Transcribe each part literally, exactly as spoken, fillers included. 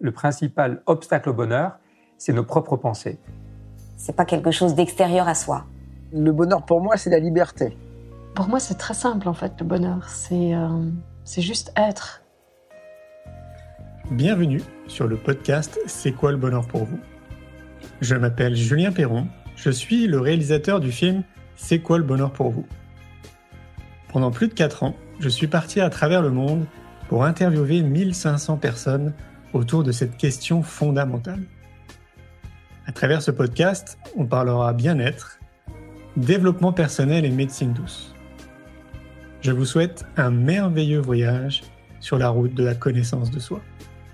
le principal obstacle au bonheur, c'est nos propres pensées. C'est pas quelque chose d'extérieur à soi. Le bonheur pour moi, c'est la liberté. Pour moi, c'est très simple en fait, le bonheur. C'est, euh, c'est juste être. Bienvenue sur le podcast C'est quoi le bonheur pour vous ? Je m'appelle Julien Perron, je suis le réalisateur du film C'est quoi le bonheur pour vous ? Pendant plus de quatre ans, je suis parti à travers le monde pour interviewer mille cinq cents personnes autour de cette question fondamentale. À travers ce podcast, on parlera bien-être, développement personnel et médecine douce. Je vous souhaite un merveilleux voyage sur la route de la connaissance de soi.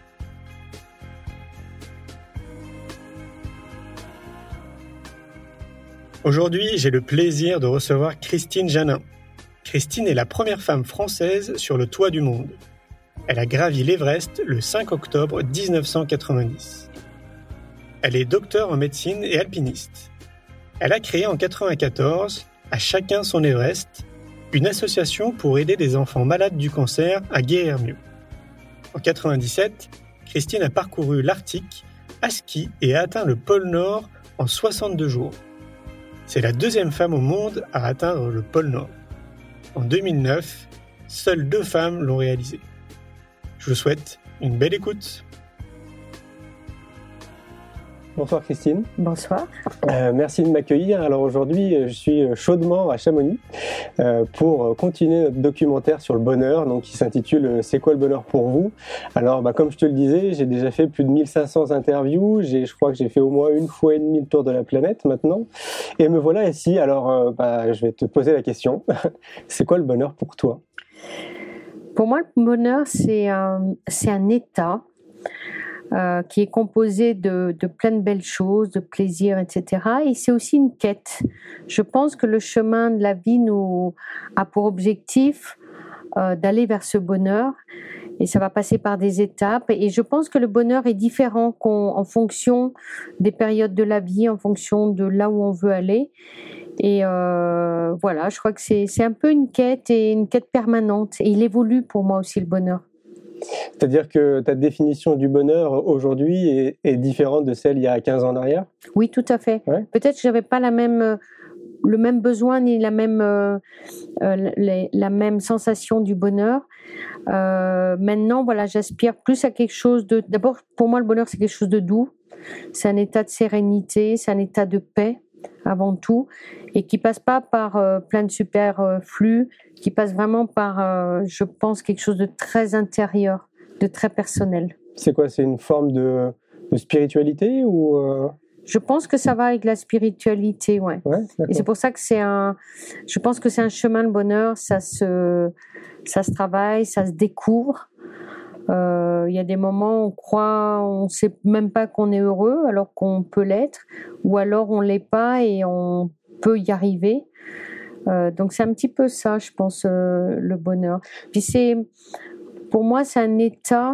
Aujourd'hui, j'ai le plaisir de recevoir Christine Janin. Christine est la première femme française sur le toit du monde. Elle a gravi l'Everest le cinq octobre dix-neuf cent quatre-vingt-dix. Elle est docteure en médecine et alpiniste. Elle a créé en quatre-vingt-quatorze, à chacun son Everest, une association pour aider des enfants malades du cancer à guérir mieux. En quatre-vingt-dix-sept, Christine a parcouru l'Arctique à ski et a atteint le pôle Nord en soixante-deux jours. C'est la deuxième femme au monde à atteindre le pôle Nord. En deux mille neuf, seules deux femmes l'ont réalisé. Je vous souhaite une belle écoute. Bonsoir Christine. Bonsoir. Euh, merci de m'accueillir. Alors aujourd'hui, je suis chaudement à Chamonix euh, pour continuer notre documentaire sur le bonheur, donc qui s'intitule « C'est quoi le bonheur pour vous ?» Alors, bah, comme je te le disais, j'ai déjà fait plus de mille cinq cents interviews. J'ai, je crois que j'ai fait au moins une fois et demie le tour de la planète maintenant. Et me voilà ici. Alors, euh, bah, je vais te poser la question. C'est quoi le bonheur pour toi ? Pour moi, le bonheur, c'est un, c'est un état Euh, qui est composé de, de plein de belles choses, de plaisir, et cetera. Et c'est aussi une quête. Je pense que le chemin de la vie nous a pour objectif euh, d'aller vers ce bonheur. Et ça va passer par des étapes. Et je pense que le bonheur est différent qu'on, en fonction des périodes de la vie, en fonction de là où on veut aller. Et euh, voilà, je crois que c'est, c'est un peu une quête et une quête permanente. Et il évolue pour moi aussi, le bonheur. C'est-à-dire que ta définition du bonheur aujourd'hui est, est différente de celle il y a quinze ans en arrière ? Oui, tout à fait. Ouais. Peut-être que j'avais pas la même, le même besoin ni la même, euh, la, la même sensation du bonheur. Euh, maintenant, voilà, j'aspire plus à quelque chose de. D'abord, pour moi, le bonheur, c'est quelque chose de doux. C'est un état de sérénité, c'est un état de paix avant tout, et qui passe pas par euh, plein de superflus, qui passe vraiment par, euh, je pense, quelque chose de très intérieur, de très personnel. C'est quoi ? C'est une forme de, de spiritualité ou euh... Je pense que ça va avec la spiritualité, ouais. ouais et c'est pour ça que c'est un. Je pense que c'est un chemin de bonheur. Ça se, ça se travaille, ça se découvre. Il euh, y a des moments où on croit, on ne sait même pas qu'on est heureux alors qu'on peut l'être, ou alors on ne l'est pas et on peut y arriver. Euh, donc c'est un petit peu ça, je pense, euh, le bonheur. Puis c'est, pour moi, c'est un état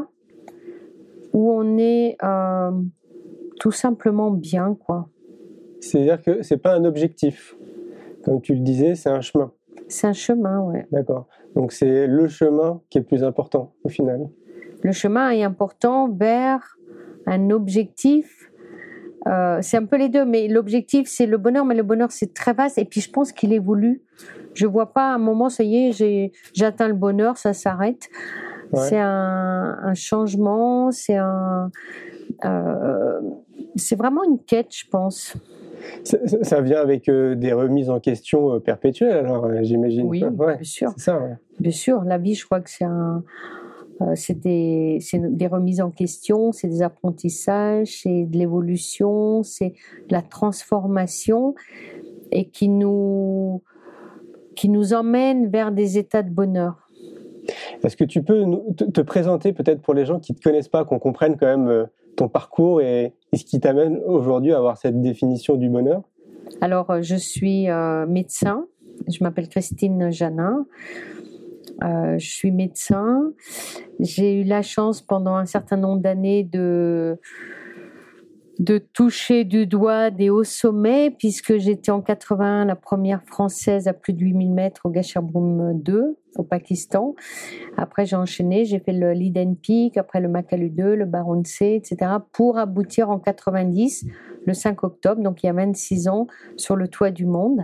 où on est euh, tout simplement bien, quoi. C'est-à-dire que c'est pas un objectif, comme tu le disais, c'est un chemin. C'est un chemin, ouais. D'accord. Donc c'est le chemin qui est le plus important au final. Le chemin est important vers un objectif. Euh, c'est un peu les deux, mais l'objectif, c'est le bonheur, mais le bonheur, c'est très vaste. Et puis, je pense qu'il évolue. Je vois pas à un moment, ça y est, j'ai, j'atteins le bonheur, ça s'arrête. Ouais. C'est un, un changement, c'est un, euh, c'est vraiment une quête, je pense. Ça, ça vient avec euh, des remises en question euh, perpétuelles, alors euh, j'imagine. Oui, ouais, bien sûr. C'est ça, ouais. Bien sûr, la vie, je crois que c'est un. Euh, c'est, des, c'est des remises en question, c'est des apprentissages, c'est de l'évolution, c'est de la transformation et qui nous, qui nous emmène vers des états de bonheur. Est-ce que tu peux nous, te, te présenter peut-être pour les gens qui ne te connaissent pas, qu'on comprenne quand même euh, ton parcours et, et ce qui t'amène aujourd'hui à avoir cette définition du bonheur ? Alors, je suis euh, médecin, je m'appelle Christine Janin. Euh, je suis médecin. J'ai eu la chance pendant un certain nombre d'années de, de toucher du doigt des hauts sommets, puisque j'étais en quatre-vingt-un la première française à plus de huit mille mètres au Gasherbrum deux, au Pakistan. Après, j'ai enchaîné, j'ai fait le Leiden Peak, après le Makalu deux, le Barunse, et cetera, pour aboutir en quatre-vingt-dix, le cinq octobre, donc il y a vingt-six ans, sur le toit du monde.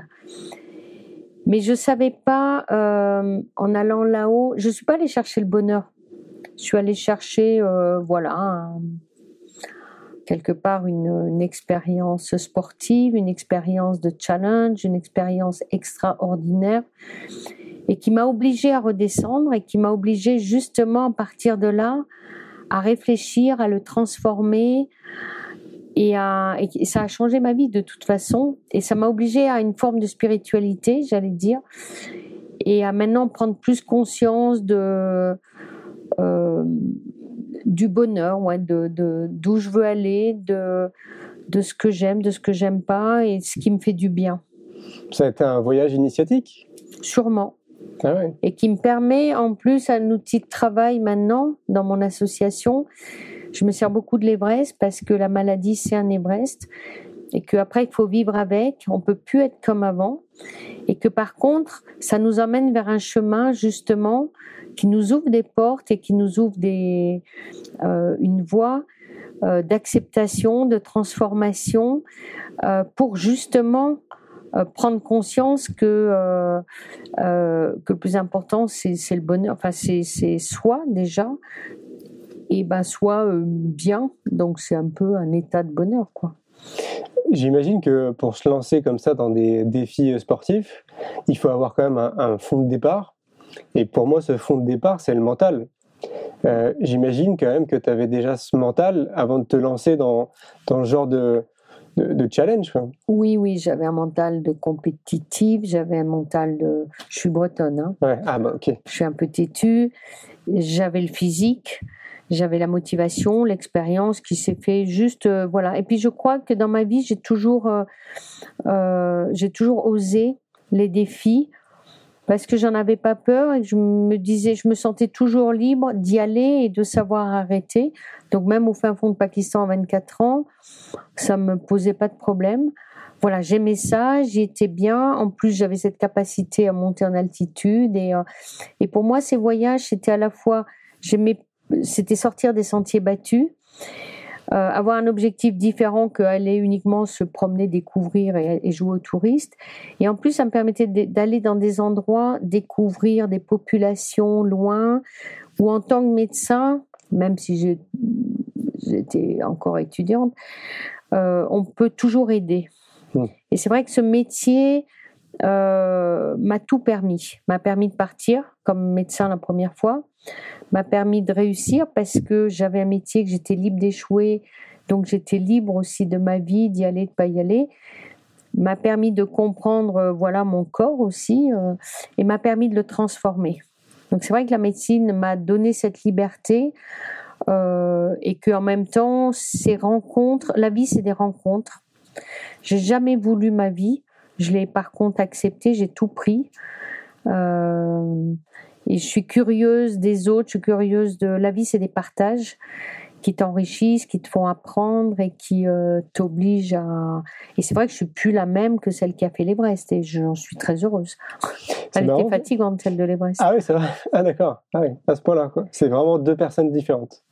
Mais je ne savais pas, euh, en allant là-haut, je ne suis pas allée chercher le bonheur. Je suis allée chercher, euh, voilà, un, quelque part une, une expérience sportive, une expérience de challenge, une expérience extraordinaire, et qui m'a obligée à redescendre et qui m'a obligée justement à partir de là à réfléchir, à le transformer, et, à, et ça a changé ma vie de toute façon, et ça m'a obligée à une forme de spiritualité, j'allais dire, et à maintenant prendre plus conscience de euh, du bonheur, ouais, de, de d'où je veux aller, de de ce que j'aime, de ce que j'aime pas, et ce qui me fait du bien. Ça a été un voyage initiatique? Sûrement. Ah ouais. Et qui me permet en plus un outil de travail maintenant dans mon association. Je me sers beaucoup de l'Everest parce que la maladie c'est un Everest, et qu'après il faut vivre avec, on peut plus être comme avant, et que par contre ça nous emmène vers un chemin justement qui nous ouvre des portes et qui nous ouvre des, euh, une voie euh, d'acceptation, de transformation, euh, pour justement euh, prendre conscience que, euh, euh, que le plus important c'est, c'est le bonheur, enfin c'est, c'est soi déjà, et ben soit euh, bien, donc c'est un peu un état de bonheur, quoi. J'imagine que pour se lancer comme ça dans des défis sportifs, il faut avoir quand même un, un fond de départ. Et pour moi, ce fond de départ, c'est le mental. Euh, j'imagine quand même que tu avais déjà ce mental avant de te lancer dans, dans le genre de, de, de challenge, quoi. Oui, oui, j'avais un mental de compétitive, j'avais un mental de... Je suis bretonne, hein. Ouais. Ah bah ok. Je suis un peu têtue, j'avais le physique, j'avais la motivation, l'expérience qui s'est fait juste, euh, voilà. Et puis je crois que dans ma vie, j'ai toujours, euh, euh, j'ai toujours osé les défis, parce que j'en avais pas peur et que je me disais, je me sentais toujours libre d'y aller et de savoir arrêter. Donc même au fin fond de Pakistan à vingt-quatre ans, ça me posait pas de problème. Voilà, j'aimais ça, j'y étais bien. En plus, j'avais cette capacité à monter en altitude, et euh, et pour moi, ces voyages, c'était à la fois, j'aimais, c'était sortir des sentiers battus. Euh, avoir un objectif différent qu'aller uniquement se promener, découvrir et, et jouer aux touristes. Et en plus, ça me permettait de, d'aller dans des endroits, découvrir des populations loin, où en tant que médecin, même si j'ai, j'étais encore étudiante, euh, on peut toujours aider. Mmh. Et c'est vrai que ce métier euh, m'a tout permis. M'a permis de partir comme médecin la première fois, m'a permis de réussir parce que j'avais un métier, que j'étais libre d'échouer, donc j'étais libre aussi de ma vie, d'y aller, de pas y aller, m'a permis de comprendre, euh, voilà, mon corps aussi, euh, et m'a permis de le transformer. Donc c'est vrai que la médecine m'a donné cette liberté, euh, et qu'en même temps, ces rencontres, la vie c'est des rencontres. J'ai jamais voulu ma vie, je l'ai par contre acceptée, j'ai tout pris. Euh, Et je suis curieuse des autres, je suis curieuse de... La vie, c'est des partages qui t'enrichissent, qui te font apprendre et qui euh, t'obligent à... Et c'est vrai que je suis plus la même que celle qui a fait l'Everest, et j'en suis très heureuse. C'est Elle marrant, était fatigante, celle de l'Everest. Ah oui, c'est vrai. Ah d'accord. Ah oui, à ce point-là, quoi. C'est vraiment deux personnes différentes.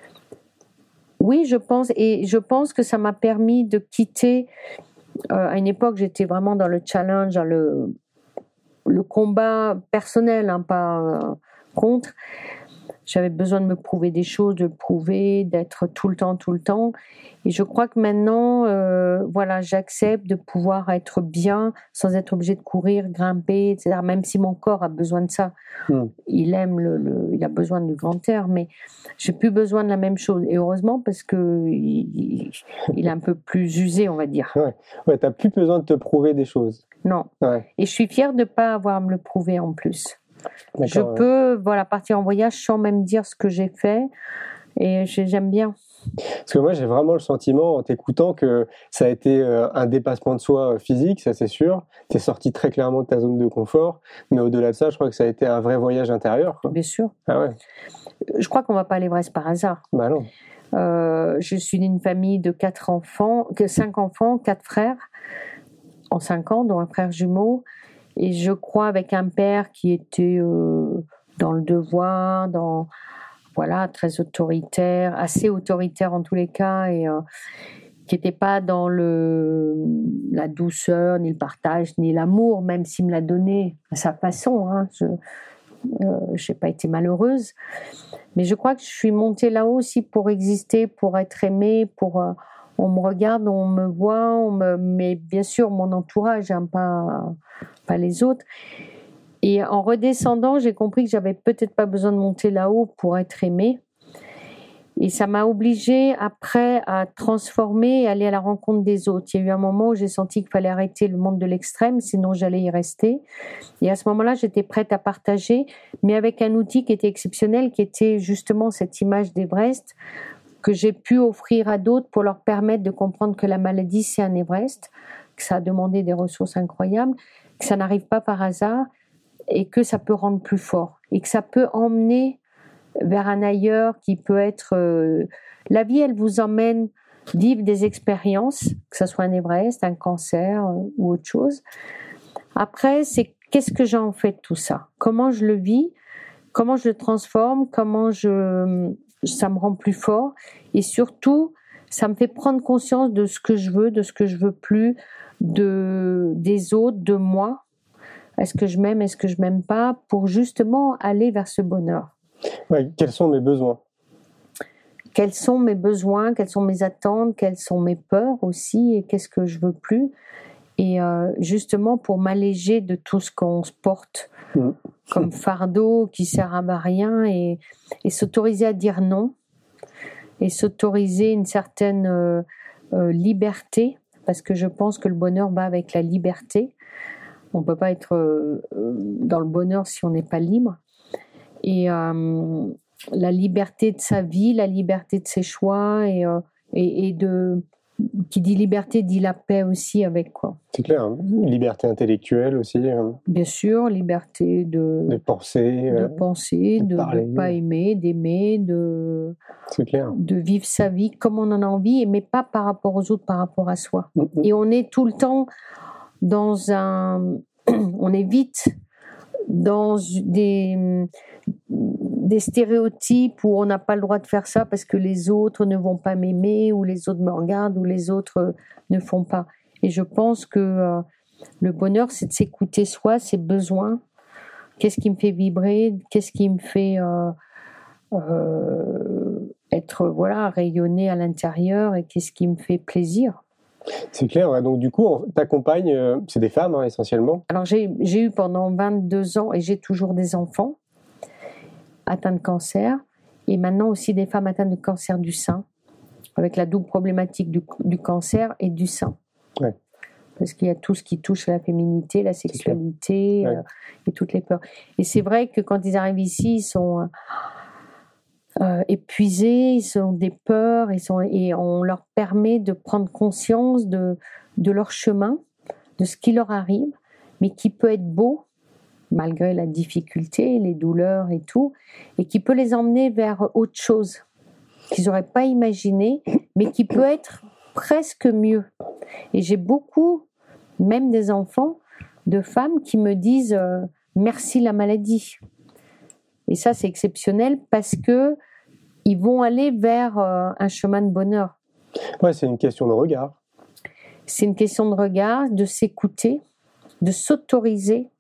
Oui, je pense, et je pense que ça m'a permis de quitter... Euh, à une époque, j'étais vraiment dans le challenge, dans le... le combat personnel, hein, pas euh, contre. J'avais besoin de me prouver des choses, de prouver, d'être tout le temps, tout le temps. Et je crois que maintenant, euh, voilà, j'accepte de pouvoir être bien sans être obligée de courir, grimper, et cetera. Même si mon corps a besoin de ça. Mm. Il aime le, le, il a besoin du grand air, mais j'ai plus besoin de la même chose. Et heureusement, parce que il, il est un peu plus usé, on va dire. Ouais, ouais, t'as plus besoin de te prouver des choses. Non. Ouais. Et je suis fière de pas avoir à me le prouver en plus. D'accord, je ouais. peux, voilà, partir en voyage sans même dire ce que j'ai fait, et j'aime bien. Parce que moi, j'ai vraiment le sentiment, en t'écoutant, que ça a été un dépassement de soi physique, ça c'est sûr. T'es sorti très clairement de ta zone de confort, mais au-delà de ça, je crois que ça a été un vrai voyage intérieur, quoi. Bien sûr. Ah ouais. Je crois qu'on va pas à l'Everest par hasard. Bah non. Euh, je suis d'une famille de quatre enfants, que cinq enfants, quatre frères, en cinq ans, dont un frère jumeau. Et je crois avec un père qui était, euh, dans le devoir, dans voilà, très autoritaire, assez autoritaire en tous les cas, et euh, qui n'était pas dans le la douceur, ni le partage, ni l'amour, même s'il me l'a donné à sa façon. Hein. Je n'ai pas été malheureuse, mais je crois que je suis montée là-haut aussi pour exister, pour être aimée, pour euh, on me regarde, on me voit, on me, mais bien sûr mon entourage, hein, pas pas les autres. Et en redescendant, j'ai compris que j'avais peut-être pas besoin de monter là-haut pour être aimée. Et ça m'a obligée après à transformer et aller à la rencontre des autres. Il y a eu un moment où j'ai senti qu'il fallait arrêter le monde de l'extrême, sinon j'allais y rester. Et à ce moment-là, j'étais prête à partager, mais avec un outil qui était exceptionnel, qui était justement cette image d'Everest que j'ai pu offrir à d'autres pour leur permettre de comprendre que la maladie, c'est un Everest, que ça a demandé des ressources incroyables, que ça n'arrive pas par hasard et que ça peut rendre plus fort et que ça peut emmener vers un ailleurs qui peut être... Euh, la vie, elle vous emmène vivre des expériences, que ce soit un Everest, un cancer euh, ou autre chose. Après, c'est qu'est-ce que j'en fais de tout ça ? Comment je le vis ? Comment je le transforme ? Comment je, ça me rend plus fort ? Et surtout, ça me fait prendre conscience de ce que je veux, de ce que je veux plus, de, des autres, de moi. Est-ce que je m'aime, est-ce que je m'aime pas, pour justement aller vers ce bonheur. Ouais, quels sont mes besoins ? Quels sont mes besoins, quelles sont mes attentes, quelles sont mes peurs aussi, et qu'est-ce que je veux plus. Et euh, justement pour m'alléger de tout ce qu'on se porte mmh. comme fardeau qui sert à rien, et, et s'autoriser à dire non, et s'autoriser une certaine euh, euh, liberté, parce que je pense que le bonheur va avec la liberté. On ne peut pas être euh, dans le bonheur si on n'est pas libre. Et euh, la liberté de sa vie, la liberté de ses choix, et, euh, et, et de... Qui dit liberté dit la paix aussi avec, quoi. C'est clair, hein. Liberté intellectuelle aussi. Hein. Bien sûr, liberté de... De penser. De euh, penser, de ne pas aimer, d'aimer, de... C'est clair. De vivre sa vie comme on en a envie, mais pas par rapport aux autres, par rapport à soi. Mm-hmm. Et on est tout le temps dans un... on est vite dans des... des stéréotypes où on n'a pas le droit de faire ça parce que les autres ne vont pas m'aimer, ou les autres me regardent, ou les autres ne font pas. Et je pense que euh, le bonheur, c'est de s'écouter soi, ses besoins. Qu'est-ce qui me fait vibrer ? Qu'est-ce qui me fait euh, euh, être, voilà, rayonner à l'intérieur, et qu'est-ce qui me fait plaisir ? C'est clair, ouais. Donc du coup, t'accompagnes, euh, c'est des femmes hein, essentiellement. Alors j'ai, j'ai eu pendant vingt-deux ans, et j'ai toujours des enfants atteintes de cancer, et maintenant aussi des femmes atteintes de cancer du sein, avec la double problématique du, du cancer et du sein. Ouais. Parce qu'il y a tout ce qui touche à la féminité, la sexualité, ouais. euh, et toutes les peurs. Et c'est vrai que quand ils arrivent ici, ils sont euh, épuisés, ils ont des peurs, ils sont, et on leur permet de prendre conscience de, de leur chemin, de ce qui leur arrive, mais qui peut être beau, malgré la difficulté, les douleurs et tout, et qui peut les emmener vers autre chose qu'ils n'auraient pas imaginé, mais qui peut être presque mieux. Et j'ai beaucoup, même des enfants, de femmes qui me disent euh, « merci la maladie ». Et ça, c'est exceptionnel parce que ils vont aller vers euh, un chemin de bonheur. Ouais, c'est une question de regard. C'est une question de regard, de s'écouter, de s'autoriser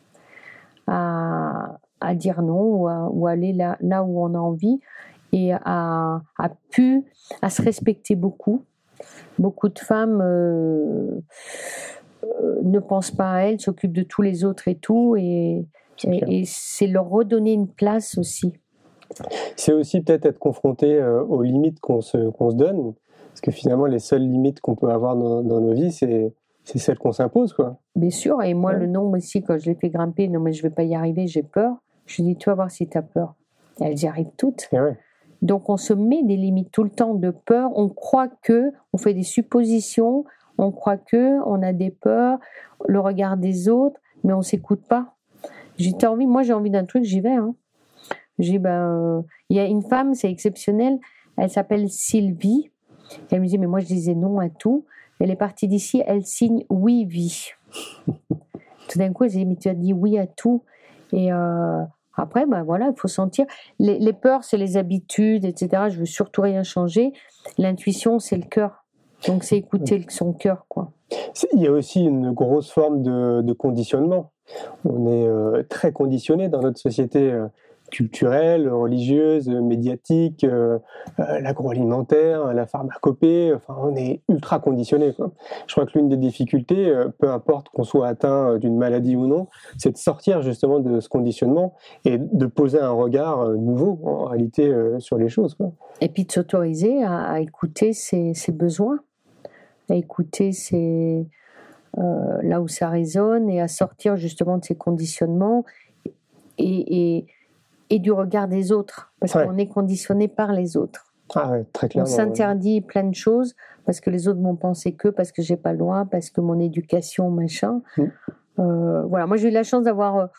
À, à dire non, ou, à, ou aller là, là où on a envie, et à, à, pu, à se respecter beaucoup. Beaucoup de femmes euh, euh, ne pensent pas à elles, s'occupent de tous les autres et tout, et c'est, et, et c'est leur redonner une place aussi. C'est aussi peut-être être confronté euh, aux limites qu'on se, qu'on se donne, parce que finalement les seules limites qu'on peut avoir dans, dans nos vies, c'est C'est celle qu'on s'impose, quoi. Bien sûr, et moi, ouais. Le nom aussi, quand je l'ai fait grimper, non, mais je ne vais pas y arriver, j'ai peur. Je lui dis, tu vas voir si tu as peur. Elles y arrivent toutes. Ouais. Donc, on se met des limites tout le temps de peur. On croit que, on fait des suppositions, on croit que, on a des peurs, le regard des autres, mais on ne s'écoute pas. J'ai envie, moi, j'ai envie d'un truc, j'y vais. Hein. J'ai, ben, il y a une femme, c'est exceptionnel, elle s'appelle Sylvie. Elle me dit, mais moi, je disais non à tout. Elle est partie d'ici, elle signe oui vie. Tout d'un coup, elle s'est dit, mais tu as dit oui à tout. Et euh, Après, ben voilà, il faut sentir. Les, les peurs, c'est les habitudes, et cetera. Je veux surtout rien changer. L'intuition, c'est le cœur. Donc, c'est écouter son cœur, quoi. Il y a aussi une grosse forme de, de conditionnement. On est euh, très conditionné dans notre société euh, culturelle, religieuse, médiatique, euh, euh, l'agroalimentaire, la pharmacopée. Enfin, on est ultra conditionné, quoi. Je crois que l'une des difficultés, euh, peu importe qu'on soit atteint d'une maladie ou non, c'est de sortir justement de ce conditionnement et de poser un regard euh, nouveau, en réalité, euh, sur les choses, quoi. Et puis de s'autoriser à, à écouter ses, ses besoins, à écouter ses, euh, là où ça résonne et à sortir justement de ces conditionnements et, et, et du regard des autres, parce ouais. qu'on est conditionné par les autres. Ah ouais, très clairement. On s'interdit ouais. plein de choses parce que les autres vont penser que, parce que j'ai pas le droit, parce que mon éducation, machin. Mmh. Euh, voilà, moi j'ai eu la chance d'avoir euh,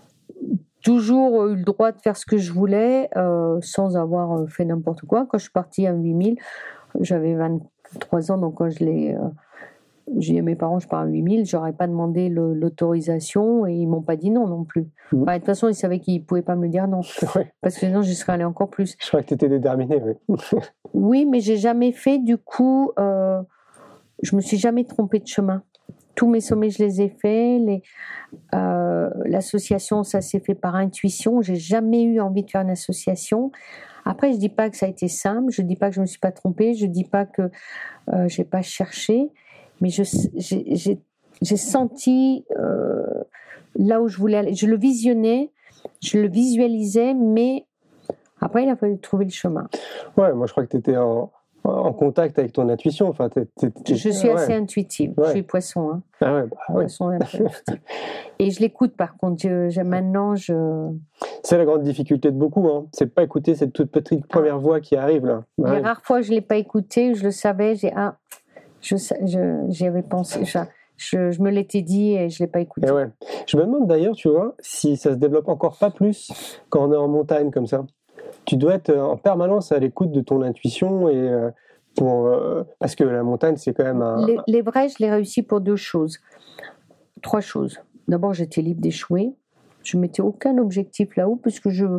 toujours eu le droit de faire ce que je voulais euh, sans avoir fait n'importe quoi. Quand je suis partie à huit mille, j'avais vingt-trois ans, donc quand je l'ai, euh, j'ai dit à mes parents, je pars à huit mille, j'aurais pas demandé le, l'autorisation et ils m'ont pas dit non non plus. Mmh. Enfin, de toute façon, ils savaient qu'ils pouvaient pas me le dire non, ouais. parce que sinon, j'y serais allée encore plus. Je crois que tu étais déterminée, oui. Oui, mais j'ai jamais fait, du coup, euh, je me suis jamais trompée de chemin. Tous mes sommets, je les ai faits. Les, euh, l'association, ça s'est fait par intuition. J'ai jamais eu envie de faire une association. Après, je dis pas que ça a été simple. Je dis pas que je me suis pas trompée. Je dis pas que euh, j'ai pas cherché. Mais je, j'ai, j'ai, j'ai senti euh, là où je voulais aller. Je le visionnais, je le visualisais, mais après, il a fallu trouver le chemin. Ouais, moi, je crois que tu étais en, en contact avec ton intuition. Enfin, t'es, t'es, t'es, je suis ouais. assez intuitive. Ouais. Je suis poisson. Hein. Ah ouais, bah, ouais. Poisson un peu intuitif. Et je l'écoute, par contre. Je, je, maintenant, je... C'est la grande difficulté de beaucoup. Hein. C'est de pas écouter cette toute petite première ah. voix qui arrive là. Bah, Les ouais. rares fois où je l'ai pas écouté, je le savais. J'ai ah, je, je, j'y avais pensé. Je, je, je me l'étais dit et je l'ai pas écouté. Et ouais. Je me demande d'ailleurs, tu vois, si ça se développe encore pas plus quand on est en montagne comme ça. Tu dois être en permanence à l'écoute de ton intuition et euh, pour euh, parce que la montagne c'est quand même un. Les, les vrais, je l'ai réussi pour deux choses, trois choses. D'abord, j'étais libre d'échouer. Je mettais aucun objectif là-haut parce que je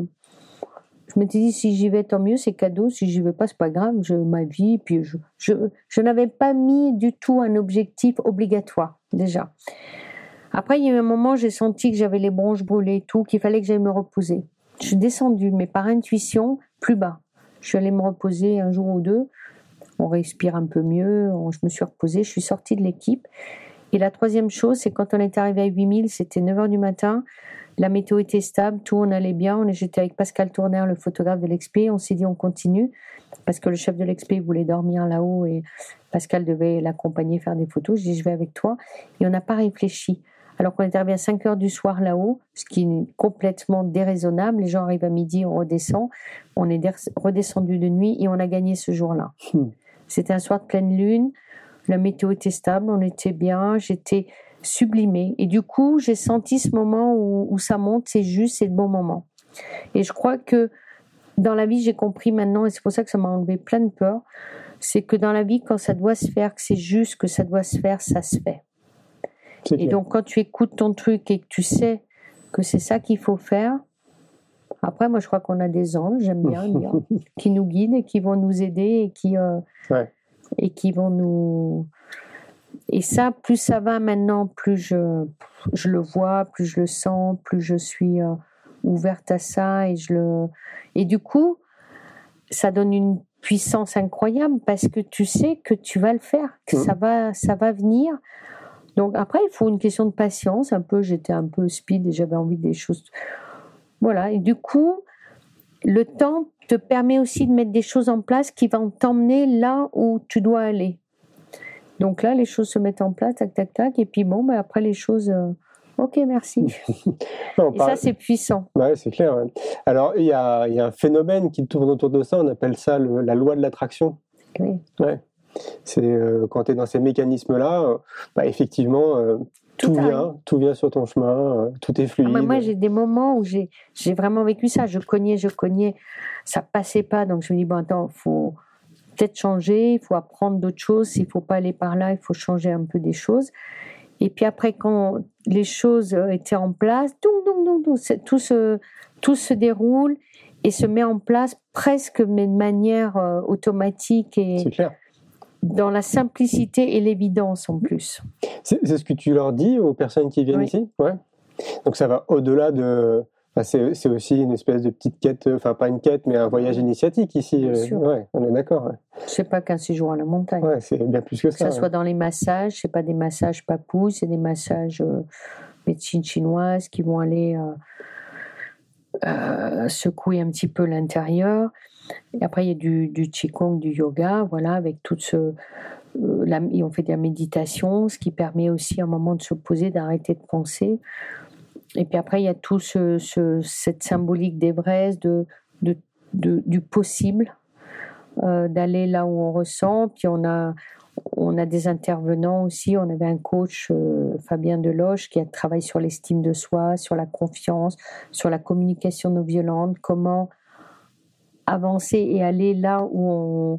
je m'étais dit si j'y vais tant mieux, c'est cadeau. Si j'y vais pas, c'est pas grave. Je ma vie. Puis je je je n'avais pas mis du tout un objectif obligatoire déjà. Après, il y a eu un moment, j'ai senti que j'avais les bronches brûlées et tout, qu'il fallait que j'aille me reposer. Je suis descendue, mais par intuition, plus bas. Je suis allée me reposer un jour ou deux. On respire un peu mieux. On, je me suis reposée. Je suis sortie de l'équipe. Et la troisième chose, c'est quand on est arrivé à huit mille, c'était neuf heures du matin. La météo était stable, tout, on allait bien. On, j'étais avec Pascal Tournaire, le photographe de l'Expé. On s'est dit, on continue. Parce que le chef de l'Expé voulait dormir là-haut et Pascal devait l'accompagner, faire des photos. Je dis, je vais avec toi. Et on n'a pas réfléchi. Alors qu'on est arrivé à cinq heures du soir là-haut, ce qui est complètement déraisonnable. Les gens arrivent à midi, on redescend. On est redescendu de nuit et on a gagné ce jour-là. Mmh. C'était un soir de pleine lune. La météo était stable, on était bien. J'étais sublimée. Et du coup, j'ai senti ce moment où, où ça monte, c'est juste, c'est le bon moment. Et je crois que dans la vie, j'ai compris maintenant, et c'est pour ça que ça m'a enlevé plein de peur, c'est que dans la vie, quand ça doit se faire, que c'est juste, que ça doit se faire, ça se fait. C'est et clair. Donc, quand tu écoutes ton truc et que tu sais que c'est ça qu'il faut faire, après, moi, je crois qu'on a des anges, j'aime bien dire, qui nous guident et qui vont nous aider et qui, euh, ouais. et qui vont nous... Et ça, plus ça va maintenant, plus je, je le vois, plus je le sens, plus je suis euh, ouverte à ça. Et, je le... et du coup, ça donne une puissance incroyable parce que tu sais que tu vas le faire, que mmh. ça va, ça va venir. Donc après, il faut une question de patience. Un peu, j'étais un peu speed et j'avais envie des choses. Voilà. Et du coup, le temps te permet aussi de mettre des choses en place qui vont t'emmener là où tu dois aller. Donc là, les choses se mettent en place, tac, tac, tac. Et puis bon, ben après les choses, euh, ok, merci. non, et par... ça, c'est puissant. Ouais, c'est clair. Ouais. Alors, il y a, y a un phénomène qui tourne autour de ça. On appelle ça le, la loi de l'attraction. Oui. Ouais. C'est euh, quand tu es dans ces mécanismes-là, euh, bah, effectivement, euh, tout, tout vient, tout vient sur ton chemin, euh, tout est fluide. Ah, moi, j'ai des moments où j'ai, j'ai vraiment vécu ça. Je cognais, je cognais, ça passait pas. Donc je me dis bon, attends, faut peut-être changer, il faut apprendre d'autres choses. S'il faut pas aller par là, il faut changer un peu des choses. Et puis après, quand les choses étaient en place, tout, tout, tout, tout, tout se tout se déroule et se met en place presque mais de manière euh, automatique et C'est clair. dans la simplicité et l'évidence en plus. C'est, c'est ce que tu leur dis aux personnes qui viennent Oui. ici? Ouais. Donc ça va au-delà de... Enfin, c'est, c'est aussi une espèce de petite quête, enfin pas une quête, mais un voyage initiatique ici. Bien euh, sûr. Ouais, on est d'accord. Ouais, C'est pas qu'un séjour à la montagne. ouais c'est bien plus que Que ça. ça ouais. soit dans les massages, c'est pas des massages papous, c'est des massages euh, médecine chinoise qui vont aller euh, euh, secouer un petit peu l'intérieur. Et après, il y a du, du qigong, du yoga, voilà, avec tout ce... Euh, la, et on fait de la méditation, ce qui permet aussi à un moment de se poser, d'arrêter de penser. Et puis après, il y a tout ce, ce, cette symbolique d'Everest, de, de, de, du possible, euh, d'aller là où on ressent. Puis on a, on a des intervenants aussi. On avait un coach, euh, Fabien Deloche, qui a travaillé sur l'estime de soi, sur la confiance, sur la communication non violente, comment avancer et aller là où on,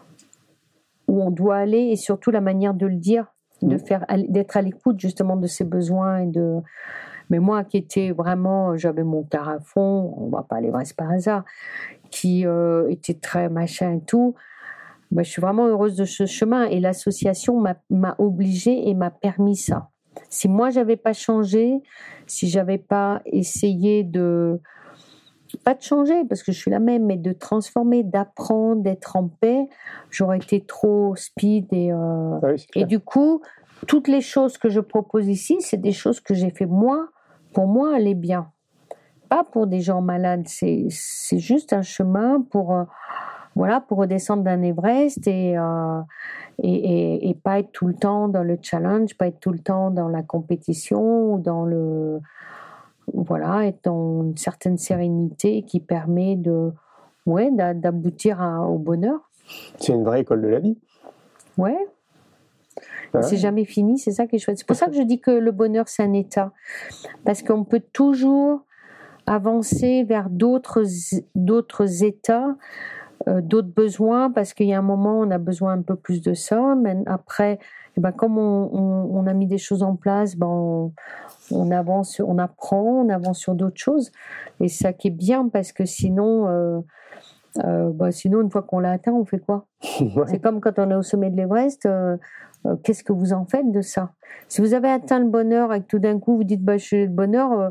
où on doit aller, et surtout la manière de le dire, de faire, d'être à l'écoute justement de ses besoins et de... Mais moi qui étais vraiment, j'avais mon cœur à fond, on va pas aller voir par hasard, qui euh, était très machin et tout, ben, je suis vraiment heureuse de ce chemin, et l'association m'a, m'a obligée et m'a permis ça. Si moi j'avais pas changé, si j'avais pas essayé de, pas de changer parce que je suis la même, mais de transformer, d'apprendre, d'être en paix, j'aurais été trop speed et, euh, Ah oui, c'est clair. et du coup, toutes les choses que je propose ici, c'est des choses que j'ai fait moi, pour moi, aller bien. Pas pour des gens malades, c'est, c'est juste un chemin pour, euh, voilà, pour redescendre d'un Everest et, euh, et, et, et pas être tout le temps dans le challenge, pas être tout le temps dans la compétition ou dans le... Voilà, être dans une certaine sérénité qui permet de, ouais, d'aboutir à, au bonheur. C'est une vraie école de la vie. Ouais. Ouais. C'est jamais fini, c'est ça qui est chouette. C'est pour ça que je dis que le bonheur, c'est un état. Parce qu'on peut toujours avancer vers d'autres, d'autres états, euh, d'autres besoins, parce qu'il y a un moment, on a besoin un peu plus de ça. Mais après, eh ben, comme on, on, on a mis des choses en place, ben on, on avance, on apprend, on avance sur d'autres choses. Et ça qui est bien, parce que sinon... Euh, Euh, bah sinon, une fois qu'on l'a atteint, on fait quoi? Ouais. C'est comme quand on est au sommet de l'Everest, euh, euh, qu'est-ce que vous en faites de ça? Si vous avez atteint le bonheur et que tout d'un coup vous dites bah, je suis le bonheur, euh,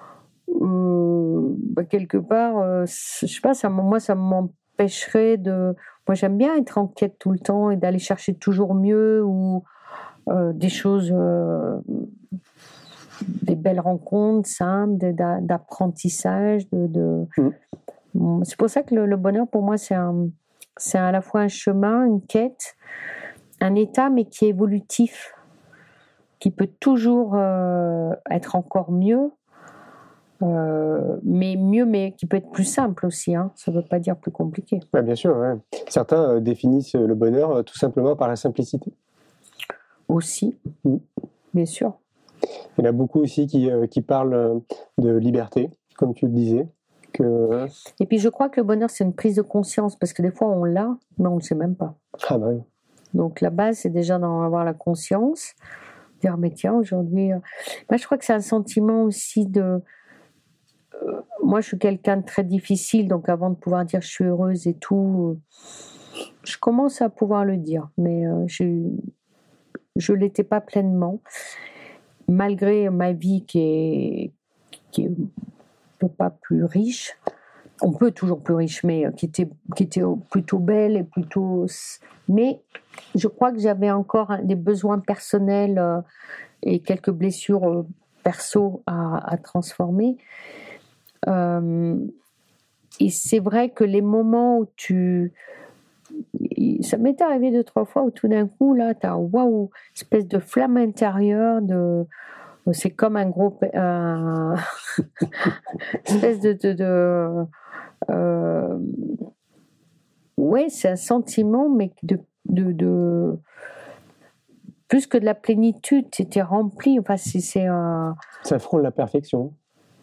euh, bah, quelque part, euh, je sais pas, ça, moi ça m'empêcherait de. Moi j'aime bien être en quête tout le temps et d'aller chercher toujours mieux ou euh, des choses, euh, des belles rencontres simples, d'apprentissage, de. de Mm. C'est pour ça que le, le bonheur, pour moi, c'est, un, c'est à la fois un chemin, une quête, un état, mais qui est évolutif, qui peut toujours euh, être encore mieux, euh, mais mieux, mais qui peut être plus simple aussi. Hein. Ça ne veut pas dire plus compliqué. Ouais, bien sûr, ouais. Certains euh, définissent le bonheur euh, tout simplement par la simplicité. Aussi, Mm. bien sûr. Il y en a beaucoup aussi qui, euh, qui parlent euh, de liberté, comme tu le disais. Que... Et puis je crois que le bonheur, c'est une prise de conscience, parce que des fois on l'a, mais on ne le sait même pas. Ah bah oui. Donc la base, c'est déjà d'en avoir la conscience, dire mais tiens, aujourd'hui... Euh... Moi, je crois que c'est un sentiment aussi de... Euh, moi, je suis quelqu'un de très difficile, donc avant de pouvoir dire je suis heureuse et tout, euh, je commence à pouvoir le dire, mais euh, je je l'étais pas pleinement, malgré ma vie qui est... Qui est pas plus riche, on peut toujours plus riche, mais qui était, qui était plutôt belle et plutôt... Mais je crois que j'avais encore des besoins personnels euh, et quelques blessures euh, perso à, à transformer. Euh, et c'est vrai que les moments où tu... Ça m'est arrivé deux, trois fois où tout d'un coup, là, tu as waouh, espèce de flamme intérieure, de... C'est comme un gros... Un... espèce de... de, de euh... Oui, c'est un sentiment, mais de, de, de... Plus que de la plénitude, c'était rempli. Enfin, c'est... c'est un... Ça frôle la perfection.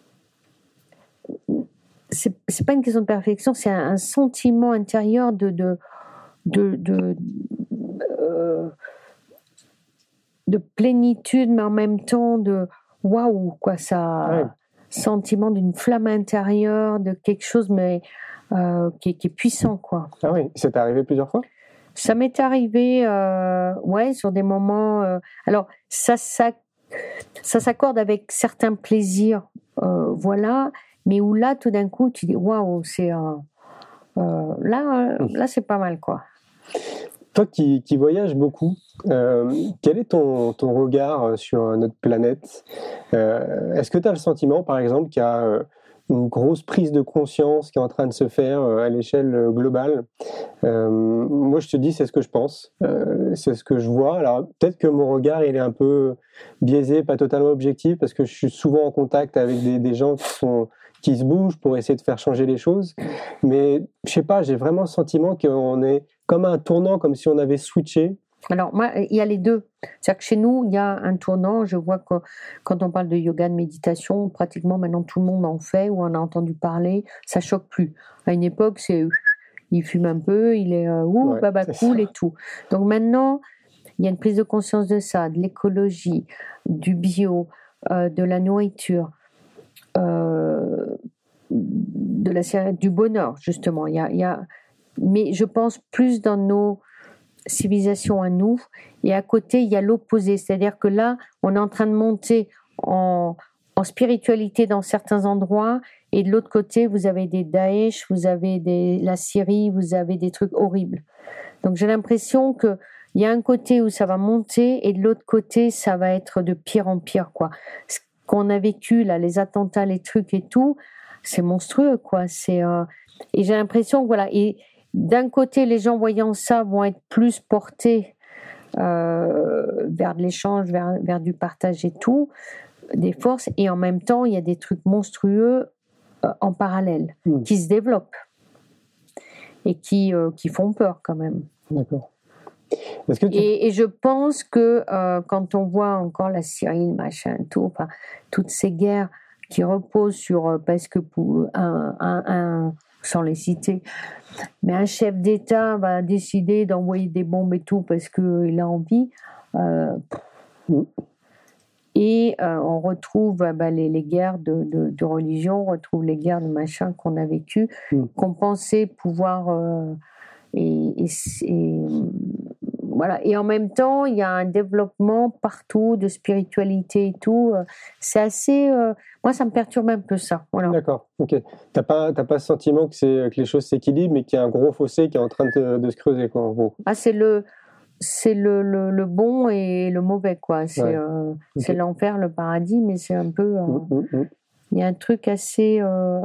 C'est, c'est pas une question de perfection, c'est un, un sentiment intérieur de... de, de, de euh... de plénitude, mais en même temps de waouh, quoi, ça. Ouais. sentiment d'une flamme intérieure, de quelque chose mais euh, qui, qui est puissant, quoi. Ah oui, c'est arrivé plusieurs fois? Ça m'est arrivé, euh, ouais, sur des moments. Euh, alors, ça, ça, ça s'accorde avec certains plaisirs, euh, voilà, mais où là, tout d'un coup, tu dis waouh, c'est euh, euh, là, euh, là, c'est pas mal, quoi. Toi qui, qui voyages beaucoup, euh, quel est ton, ton regard sur notre planète? euh, Est-ce que tu as le sentiment, par exemple, qu'il y a euh, une grosse prise de conscience qui est en train de se faire euh, à l'échelle globale? euh, Moi, je te dis, c'est ce que je pense, euh, c'est ce que je vois. Alors, peut-être que mon regard, il est un peu biaisé, pas totalement objectif, parce que je suis souvent en contact avec des, des gens qui sont... qui se bougent pour essayer de faire changer les choses. Mais je sais pas, j'ai vraiment le sentiment qu'on est comme à un tournant, comme si on avait switché. Alors, moi, il y a les deux. C'est-à-dire que chez nous, il y a un tournant. Je vois que quand on parle de yoga, de méditation, pratiquement maintenant tout le monde en fait ou en a entendu parler. Ça choque plus. À une époque, c'est il fume un peu, il est euh, ouh, Ouais, baba c'est cool ça. et tout. Donc maintenant, il y a une prise de conscience de ça, de l'écologie, du bio, euh, de la nourriture. Euh, de la série du bonheur, justement. Il y a, il y a, mais je pense plus dans nos civilisations à nous, et à côté, il y a l'opposé. C'est-à-dire que là, on est en train de monter en, en spiritualité dans certains endroits, et de l'autre côté, vous avez des Daesh, vous avez des, la Syrie, vous avez des trucs horribles. Donc j'ai l'impression que il y a un côté où ça va monter, et de l'autre côté, ça va être de pire en pire, quoi. Ce qu'on a vécu, là, les attentats, les trucs et tout, c'est monstrueux, quoi. C'est, euh... Et j'ai l'impression que, voilà, et d'un côté, les gens voyant ça vont être plus portés euh, vers de l'échange, vers, vers du partage et tout, des forces, et en même temps, il y a des trucs monstrueux euh, en parallèle, mmh. qui se développent et qui, euh, qui font peur quand même. D'accord. Est-ce que tu... et, et je pense que euh, quand on voit encore la Syrie, le machin, tout, enfin, toutes ces guerres qui reposent sur, euh, parce que pour un, un, un, sans les citer, mais un chef d'État va décider d'envoyer des bombes et tout parce qu'il a envie. Euh, mmh. Et euh, on retrouve bah, les, les guerres de, de, de religion, on retrouve les guerres de machin qu'on a vécues, mmh. qu'on pensait pouvoir... Euh, et, et, et voilà. Et en même temps, il y a un développement partout de spiritualité et tout. C'est assez... Euh, moi, ça me perturbe un peu, ça. Voilà. D'accord, ok. T'as pas, t'as pas ce sentiment que, c'est, que les choses s'équilibrent, mais qu'il y a un gros fossé qui est en train de, de se creuser, quoi, en gros. Ah, c'est le... C'est le, le, le bon et le mauvais, quoi. C'est, ouais. euh, okay. c'est l'enfer, le paradis, mais c'est un peu... Euh, mmh, mmh. Il y a un truc assez... Euh,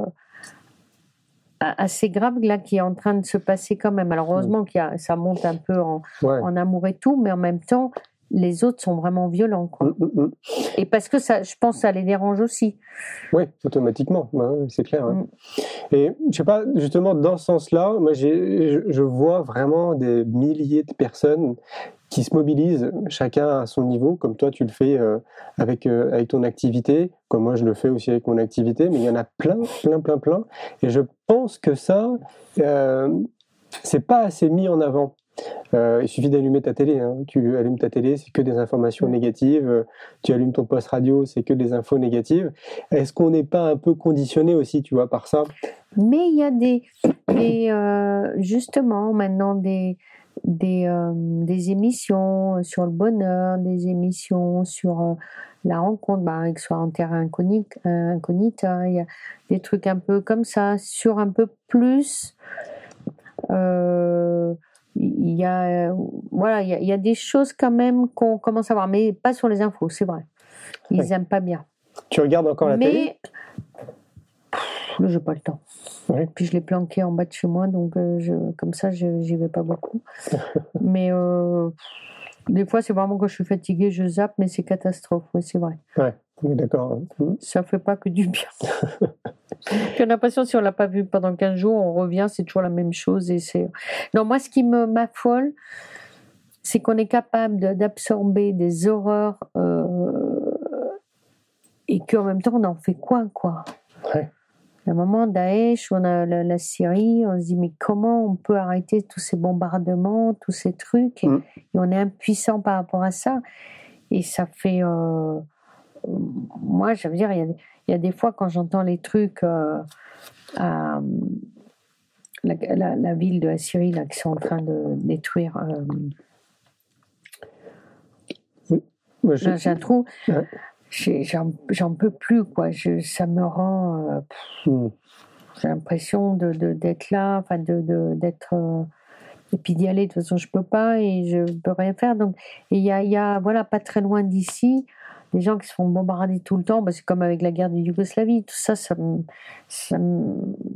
assez grave là qui est en train de se passer quand même. Alors heureusement qu'il y a, ça monte un peu en, ouais. en amour et tout, mais en même temps les autres sont vraiment violents, quoi. Mmh, mmh. Et parce que ça, je pense que ça les dérange aussi. Oui, automatiquement, ouais, c'est clair. Hein. Mmh. Et je sais pas, justement dans ce sens-là, moi j'ai, je, je vois vraiment des milliers de personnes qui se mobilisent, chacun à son niveau, comme toi tu le fais euh, avec, euh, avec ton activité, comme moi je le fais aussi avec mon activité, mais il y en a plein, plein, plein, plein. Et je pense que ça, euh, c'est pas assez mis en avant. Euh, il suffit d'allumer ta télé, hein. Tu allumes ta télé, c'est que des informations négatives, tu allumes ton poste radio, c'est que des infos négatives. Est-ce qu'on n'est pas un peu conditionné aussi, tu vois, par ça? Mais il y a des, des euh, justement maintenant des Des, euh, des émissions sur le bonheur, des émissions sur euh, la rencontre, bah, que ce soit en terre incognita, incognita, il y a des trucs un peu comme ça, sur un peu plus. Euh, il y a, euh, voilà, il y a, il y a des choses quand même qu'on commence à voir, mais pas sur les infos, c'est vrai. Ils oui. aiment pas bien. Tu regardes encore la mais, télé ? Mais j'ai pas le temps. Oui. Puis je l'ai planqué en bas de chez moi, donc euh, je, comme ça, je, j'y vais pas beaucoup. mais euh, des fois, c'est vraiment quand je suis fatiguée, je zappe, mais c'est catastrophe, oui, c'est vrai. Ouais, oui, d'accord. Ça fait pas que du bien. J'ai l'impression, si on l'a pas vu pendant quinze jours, on revient, c'est toujours la même chose. Et c'est... Non, moi, ce qui me m'affole, c'est qu'on est capable de, d'absorber des horreurs euh, et qu'en même temps, on en fait quoi, quoi. Ouais. À un moment, Daesh, on a la, la Syrie, on se dit mais comment on peut arrêter tous ces bombardements, tous ces trucs, et, mmh. et on est impuissant par rapport à ça, et ça fait, euh, moi, je veux dire, il y a, il y a des fois quand j'entends les trucs euh, à la, la, la ville de la Syrie là, qui sont en train de détruire. Euh, oui. Moi, je... là, j'ai un trou. Ouais. J'ai, j'en, j'en peux plus, quoi. Je, ça me rend. Euh, pff, mm. J'ai l'impression de, de, d'être là, enfin, de, de, d'être. Euh, et puis d'y aller, de toute façon, je peux pas et je peux rien faire. Donc, il y a, y a, voilà, pas très loin d'ici, des gens qui se font bombarder tout le temps. Bah, c'est comme avec la guerre de Yougoslavie. Tout ça, ça me. Ça me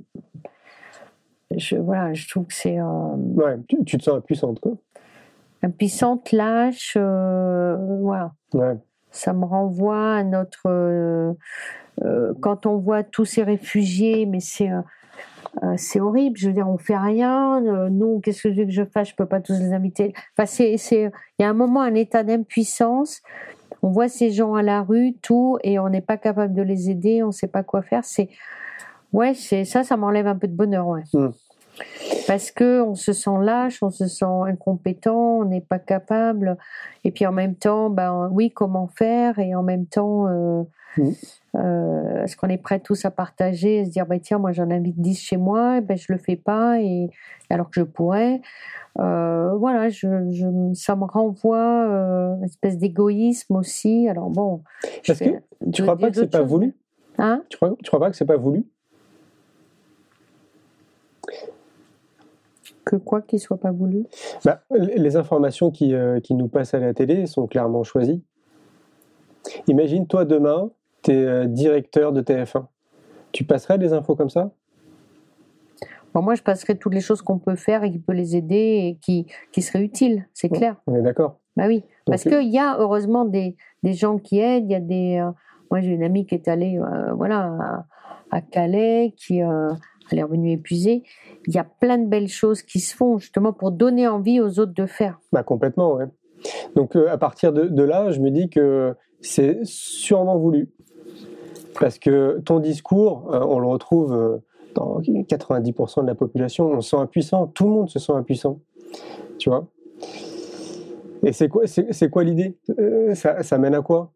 je, voilà, je trouve que c'est. Euh, ouais, tu, tu te sens impuissante, quoi. Impuissante, lâche, euh, voilà. Ouais. Ça me renvoie à notre. Euh, euh, quand on voit tous ces réfugiés, mais c'est. Euh, Euh, c'est horrible, je veux dire, on fait rien. Euh, nous, qu'est-ce que je veux que je fasse? Je peux pas tous les inviter. Enfin, c'est, c'est, il y a un moment, un état d'impuissance. On voit ces gens à la rue, tout, et on n'est pas capable de les aider. On sait pas quoi faire. C'est, ouais, c'est ça, ça m'enlève un peu de bonheur, ouais. Mmh. Parce que on se sent lâche, on se sent incompétent, on n'est pas capable. Et puis en même temps, ben oui, comment faire? Et en même temps. Euh, mmh. Euh, est-ce qu'on est prêts tous à partager, à se dire bah tiens moi j'en invite dix chez moi, et ben je le fais pas et alors que je pourrais. Euh, voilà, je, je, ça me renvoie euh, une espèce d'égoïsme aussi. Alors bon. Parce que tu crois pas que c'est pas voulu? Hein? Tu crois, tu crois pas que c'est pas voulu? Que quoi qu'il soit pas voulu? Bah, les informations qui, euh, qui nous passent à la télé sont clairement choisies. Imagine toi demain. Tu es directeur de T F un. Tu passerais des infos comme ça? Bon, moi, je passerais toutes les choses qu'on peut faire et qui peut les aider et qui, qui seraient utiles, c'est clair. On est d'accord. Bah oui, parce qu'il y a heureusement des, des gens qui aident. Il y a des. Euh, moi, j'ai une amie qui est allée, euh, voilà, à, à Calais, qui euh, elle est revenue épuisée. Il y a plein de belles choses qui se font justement pour donner envie aux autres de faire. Bah complètement, ouais. Donc euh, à partir de, de là, je me dis que c'est sûrement voulu. Parce que ton discours, euh, on le retrouve euh, dans quatre-vingt-dix pour cent de la population, on se sent impuissant, tout le monde se sent impuissant, tu vois. Et c'est quoi, c'est, c'est quoi l'idée? euh, ça, ça mène à quoi?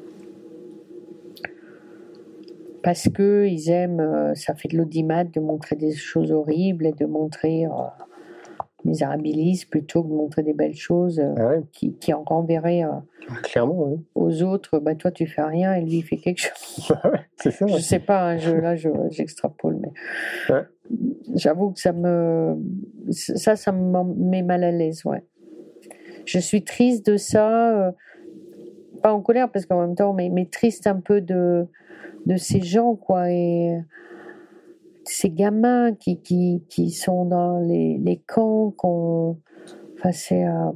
Parce qu'ils aiment, euh, ça fait de l'audimat de montrer des choses horribles et de montrer... Euh, misérabilisme plutôt que de montrer des belles choses euh, ah ouais. qui, qui en renverraient euh, clairement ouais. aux autres. Bah toi tu fais rien et lui il fait quelque chose. ouais, c'est ça. Je sais pas, hein, je, là je, j'extrapole, mais ouais. J'avoue que ça me ça ça me met mal à l'aise, ouais. Je suis triste de ça, euh, pas en colère parce qu'en même temps, mais, mais triste un peu de de ces gens quoi et ces gamins qui, qui, qui sont dans les, les camps, qu'on... enfin, c'est, euh...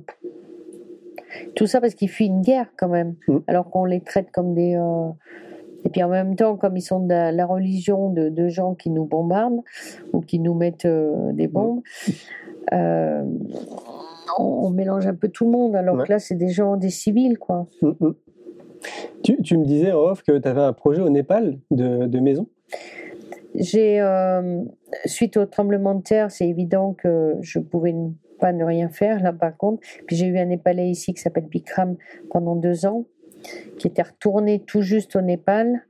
tout ça parce qu'ils fuient une guerre quand même, mmh. alors qu'on les traite comme des... Euh... Et puis en même temps, comme ils sont de la, la religion de, de gens qui nous bombardent ou qui nous mettent euh, des bombes, mmh. euh... on, on mélange un peu tout le monde, alors ouais. que là, c'est des gens, des civils, quoi. Mmh. Tu, tu me disais, Off, que tu avais un projet au Népal de, de maison. J'ai, euh, suite au tremblement de terre, c'est évident que je pouvais pas ne rien faire, là par contre. Puis j'ai eu un Népalais ici qui s'appelle Bikram pendant deux ans, qui était retourné tout juste au Népal.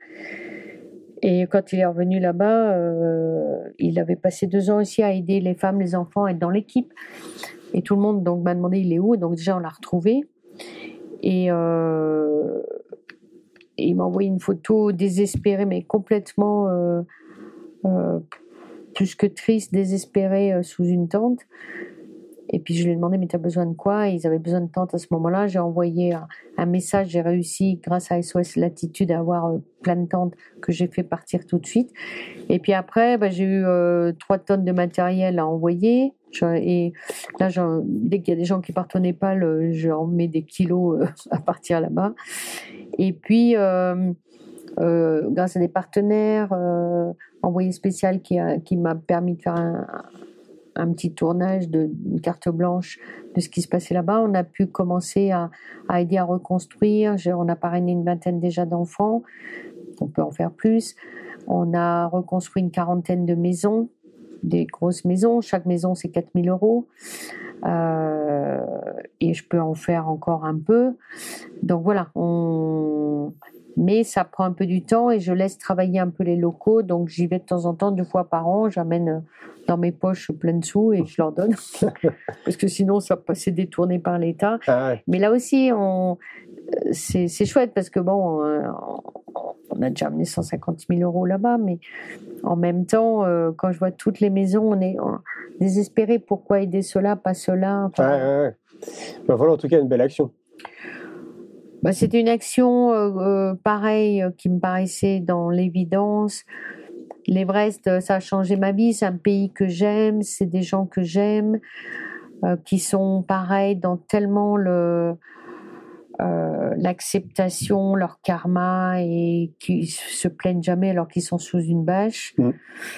Et quand il est revenu là-bas, euh, il avait passé deux ans ici à aider les femmes, les enfants, à être dans l'équipe. Et tout le monde donc, m'a demandé il est où. Et donc déjà on l'a retrouvé. Et, euh, et il m'a envoyé une photo désespérée, mais complètement... Euh, Euh, plus que triste, désespéré euh, sous une tente. Et puis je lui ai demandé mais t'as besoin de quoi? Et ils avaient besoin de tente à ce moment-là. J'ai envoyé un, un message, j'ai réussi grâce à S O S Latitude à avoir euh, plein de tentes que j'ai fait partir tout de suite. Et puis après bah, j'ai eu euh, trois tonnes de matériel à envoyer. Je, et là j'en, dès qu'il y a des gens qui partent au Népal, euh, j'en mets des kilos euh, à partir là-bas. Et puis euh, Euh, grâce à des partenaires, euh, envoyé spécial qui, a, qui m'a permis de faire un, un petit tournage de une carte blanche de ce qui se passait là-bas. On a pu commencer à, à aider à reconstruire. J'ai, on a parrainé une vingtaine déjà d'enfants. On peut en faire plus. On a reconstruit une quarantaine de maisons, des grosses maisons. Chaque maison, c'est quatre mille euros. Euh, et je peux en faire encore un peu. Donc voilà, on... Mais ça prend un peu du temps et je laisse travailler un peu les locaux. Donc, j'y vais de temps en temps, deux fois par an. J'amène dans mes poches plein de sous et je leur donne. Parce que sinon, ça va passer détourné par l'État. Ah ouais. Mais là aussi, on... c'est, c'est chouette parce que bon, on a déjà amené cent cinquante mille euros là-bas. Mais en même temps, quand je vois toutes les maisons, on est désespéré. Pourquoi aider cela, pas cela? Enfin, ouais, ouais, ouais. Ben voilà, en tout cas, une belle action. Bah, c'était une action euh, pareille euh, qui me paraissait dans l'évidence. L'Everest, ça a changé ma vie. C'est un pays que j'aime, c'est des gens que j'aime, euh, qui sont pareils dans tellement le, euh, l'acceptation, leur karma et qui se plaignent jamais alors qu'ils sont sous une bâche. Mmh.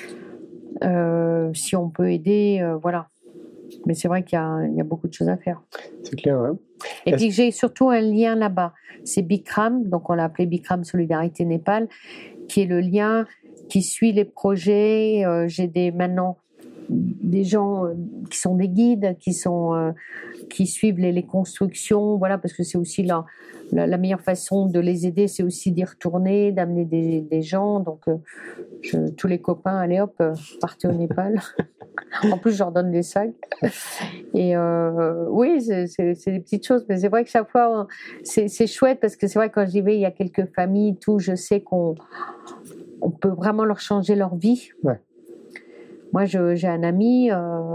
Euh, si on peut aider, euh, voilà. Mais c'est vrai qu'il y a, il y a beaucoup de choses à faire. C'est clair, hein. Et Est-ce... puis j'ai surtout un lien là-bas. C'est Bikram, donc on l'a appelé Bikram Solidarité Népal, qui est le lien qui suit les projets. Euh, j'ai des, maintenant des gens euh, qui sont des guides, qui, sont, euh, qui suivent les, les constructions, voilà, parce que c'est aussi la, la, la meilleure façon de les aider, c'est aussi d'y retourner, d'amener des, des gens. Donc euh, je, tous les copains, allez hop, euh, partez au Népal. En plus, je leur donne des sacs. Et euh, oui, c'est, c'est, c'est des petites choses. Mais c'est vrai que chaque fois, c'est, c'est chouette parce que c'est vrai que quand j'y vais, il y a quelques familles, tout, je sais qu'on on peut vraiment leur changer leur vie. Ouais. Moi, je, j'ai un ami, euh,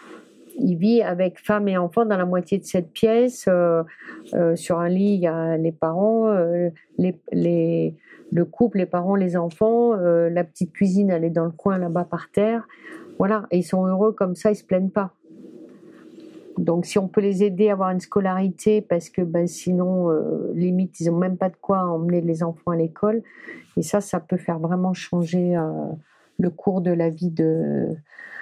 il vit avec femme et enfant dans la moitié de cette pièce. Euh, euh, sur un lit, il y a les parents, euh, les, les, le couple, les parents, les enfants. Euh, la petite cuisine, elle est dans le coin là-bas par terre. Voilà, et ils sont heureux comme ça, ils se plaignent pas. Donc, si on peut les aider à avoir une scolarité, parce que ben, sinon, euh, limite, ils n'ont même pas de quoi emmener les enfants à l'école. Et ça, ça peut faire vraiment changer euh, le cours de la vie de,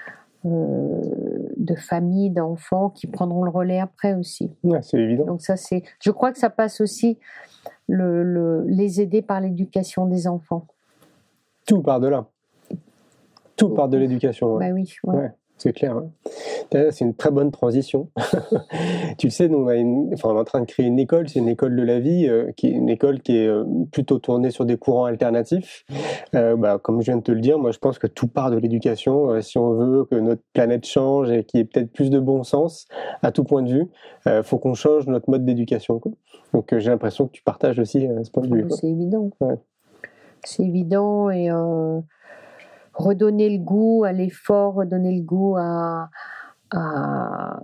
euh, de famille, d'enfants qui prendront le relais après aussi. Ouais, c'est évident. Donc ça, c'est. Je crois que ça passe aussi le, le, les aider par l'éducation des enfants. Tout part de là. Tout part de l'éducation. Ouais. Bah oui, ouais. Ouais, c'est clair. Hein. C'est une très bonne transition. Tu le sais, nous, on, a une, enfin, on est en train de créer une école, c'est une école de la vie, euh, qui est une école qui est euh, plutôt tournée sur des courants alternatifs. Euh, bah, comme je viens de te le dire, moi je pense que tout part de l'éducation. Euh, si on veut que notre planète change et qu'il y ait peut-être plus de bon sens à tout point de vue, il euh, faut qu'on change notre mode d'éducation. Quoi. Donc euh, j'ai l'impression que tu partages aussi euh, ce point de vue. Ah, c'est évident. Ouais. C'est évident et... Euh... redonner le goût à l'effort, redonner le goût à, à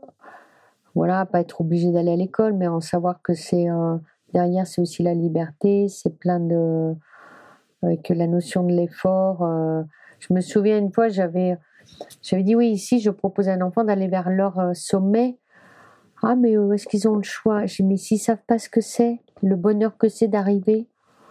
voilà, pas être obligé d'aller à l'école, mais en savoir que c'est euh, derrière c'est aussi la liberté, c'est plein de euh, que la notion de l'effort. Euh, je me souviens une fois, j'avais j'avais dit oui ici, je propose à un enfant d'aller vers leur euh, sommet. Ah mais où est-ce qu'ils ont le choix? J'ai dit mais s'ils savent pas ce que c'est, le bonheur que c'est d'arriver.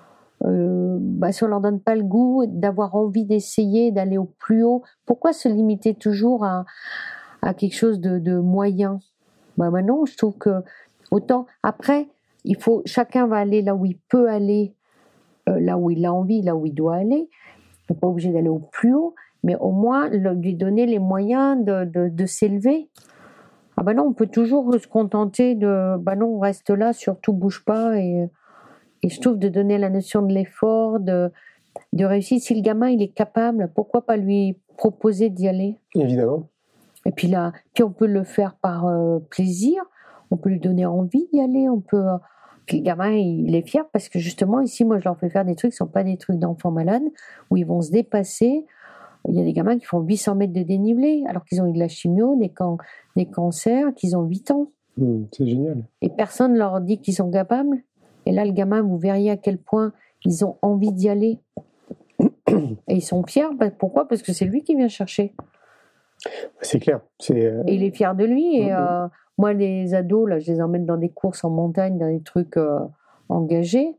Euh, bah, si on leur donne pas le goût d'avoir envie d'essayer, d'aller au plus haut, pourquoi se limiter toujours à, à quelque chose de, de moyen? Bah, bah non, je trouve que autant après, il faut chacun va aller là où il peut aller, euh, là où il a envie, là où il doit aller. Il n'est pas obligé d'aller au plus haut, mais au moins le, lui donner les moyens de, de, de s'élever. Ah bah non, on peut toujours se contenter de bah non, on reste là, surtout bouge pas et Et je trouve de donner la notion de l'effort, de, de réussir. Si le gamin il est capable, pourquoi pas lui proposer d'y aller? Évidemment. Et puis là, puis on peut le faire par euh, plaisir. On peut lui donner envie d'y aller. On peut. Euh, puis le gamin il est fier parce que justement ici, moi je leur fais faire des trucs qui sont pas des trucs d'enfants malades où ils vont se dépasser. Il y a des gamins qui font huit cents mètres de dénivelé alors qu'ils ont eu de la chimio, des, can- des cancers, qu'ils ont huit ans. Mmh, c'est génial. Et personne leur dit qu'ils sont capables. Et là, le gamin, vous verriez à quel point ils ont envie d'y aller. Et ils sont fiers. Ben, pourquoi? Parce que c'est lui qui vient chercher. C'est clair. C'est, euh... Et il est fier de lui. Et mmh. euh, moi, les ados, là, je les emmène dans des courses en montagne, dans des trucs euh, engagés.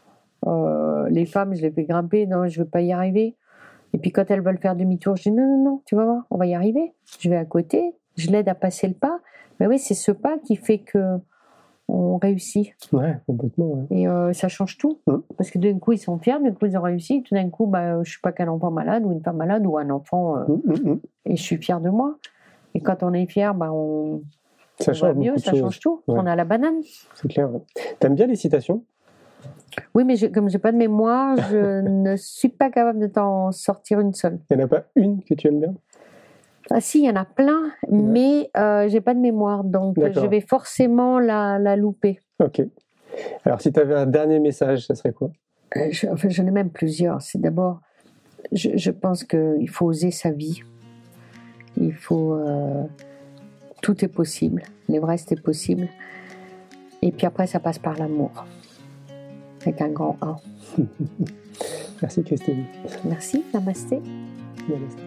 Euh, les femmes, je les fais grimper. Non, je ne veux pas y arriver. Et puis quand elles veulent faire demi-tour, je dis non, non, non, tu vas voir, on va y arriver. Je vais à côté, je l'aide à passer le pas. Mais oui, c'est ce pas qui fait que on réussit. Ouais, complètement. Ouais. Et euh, ça change tout. Mmh. Parce que d'un coup, ils sont fiers, d'un coup, ils ont réussi. Tout d'un coup, bah, je ne suis pas qu'un enfant malade ou une femme malade ou un enfant. Euh, mmh, mmh. Et je suis fière de moi. Et quand on est fier, bah, on, ça on change va mieux, ça choses. change tout. Ouais. On a la banane. C'est clair. Ouais. T'aimes bien les citations? Oui, mais je, comme je n'ai pas de mémoire, je ne suis pas capable de t'en sortir une seule. Il n'y en a pas une que tu aimes bien? Ah si, il y en a plein, ouais. mais euh, je n'ai pas de mémoire, donc D'accord. je vais forcément la, la louper. Ok. Alors, si tu avais un dernier message, ça serait quoi? euh, je, Enfin, j'en ai même plusieurs. C'est d'abord, je, je pense qu'il faut oser sa vie. Il faut... Euh, tout est possible. L'Everest est possible. Et puis après, ça passe par l'amour. Avec un grand A. Merci Christine. Merci, namasté. Namasté.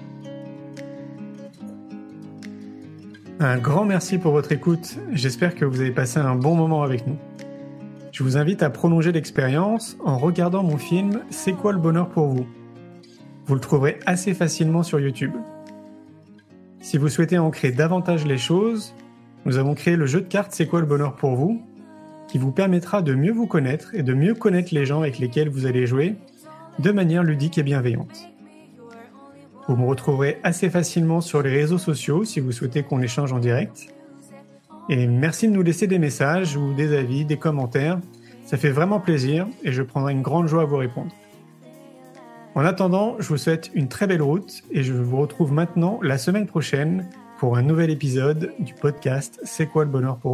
Un grand merci pour votre écoute. J'espère que vous avez passé un bon moment avec nous. Je vous invite à prolonger l'expérience en regardant mon film « C'est quoi le bonheur pour vous ?» Vous le trouverez assez facilement sur YouTube. Si vous souhaitez ancrer davantage les choses, nous avons créé le jeu de cartes « C'est quoi le bonheur pour vous ?» qui vous permettra de mieux vous connaître et de mieux connaître les gens avec lesquels vous allez jouer de manière ludique et bienveillante. Vous me retrouverez assez facilement sur les réseaux sociaux si vous souhaitez qu'on échange en direct. Et merci de nous laisser des messages ou des avis, des commentaires. Ça fait vraiment plaisir et je prendrai une grande joie à vous répondre. En attendant, je vous souhaite une très belle route et je vous retrouve maintenant la semaine prochaine pour un nouvel épisode du podcast « C'est quoi le bonheur pour vous ?»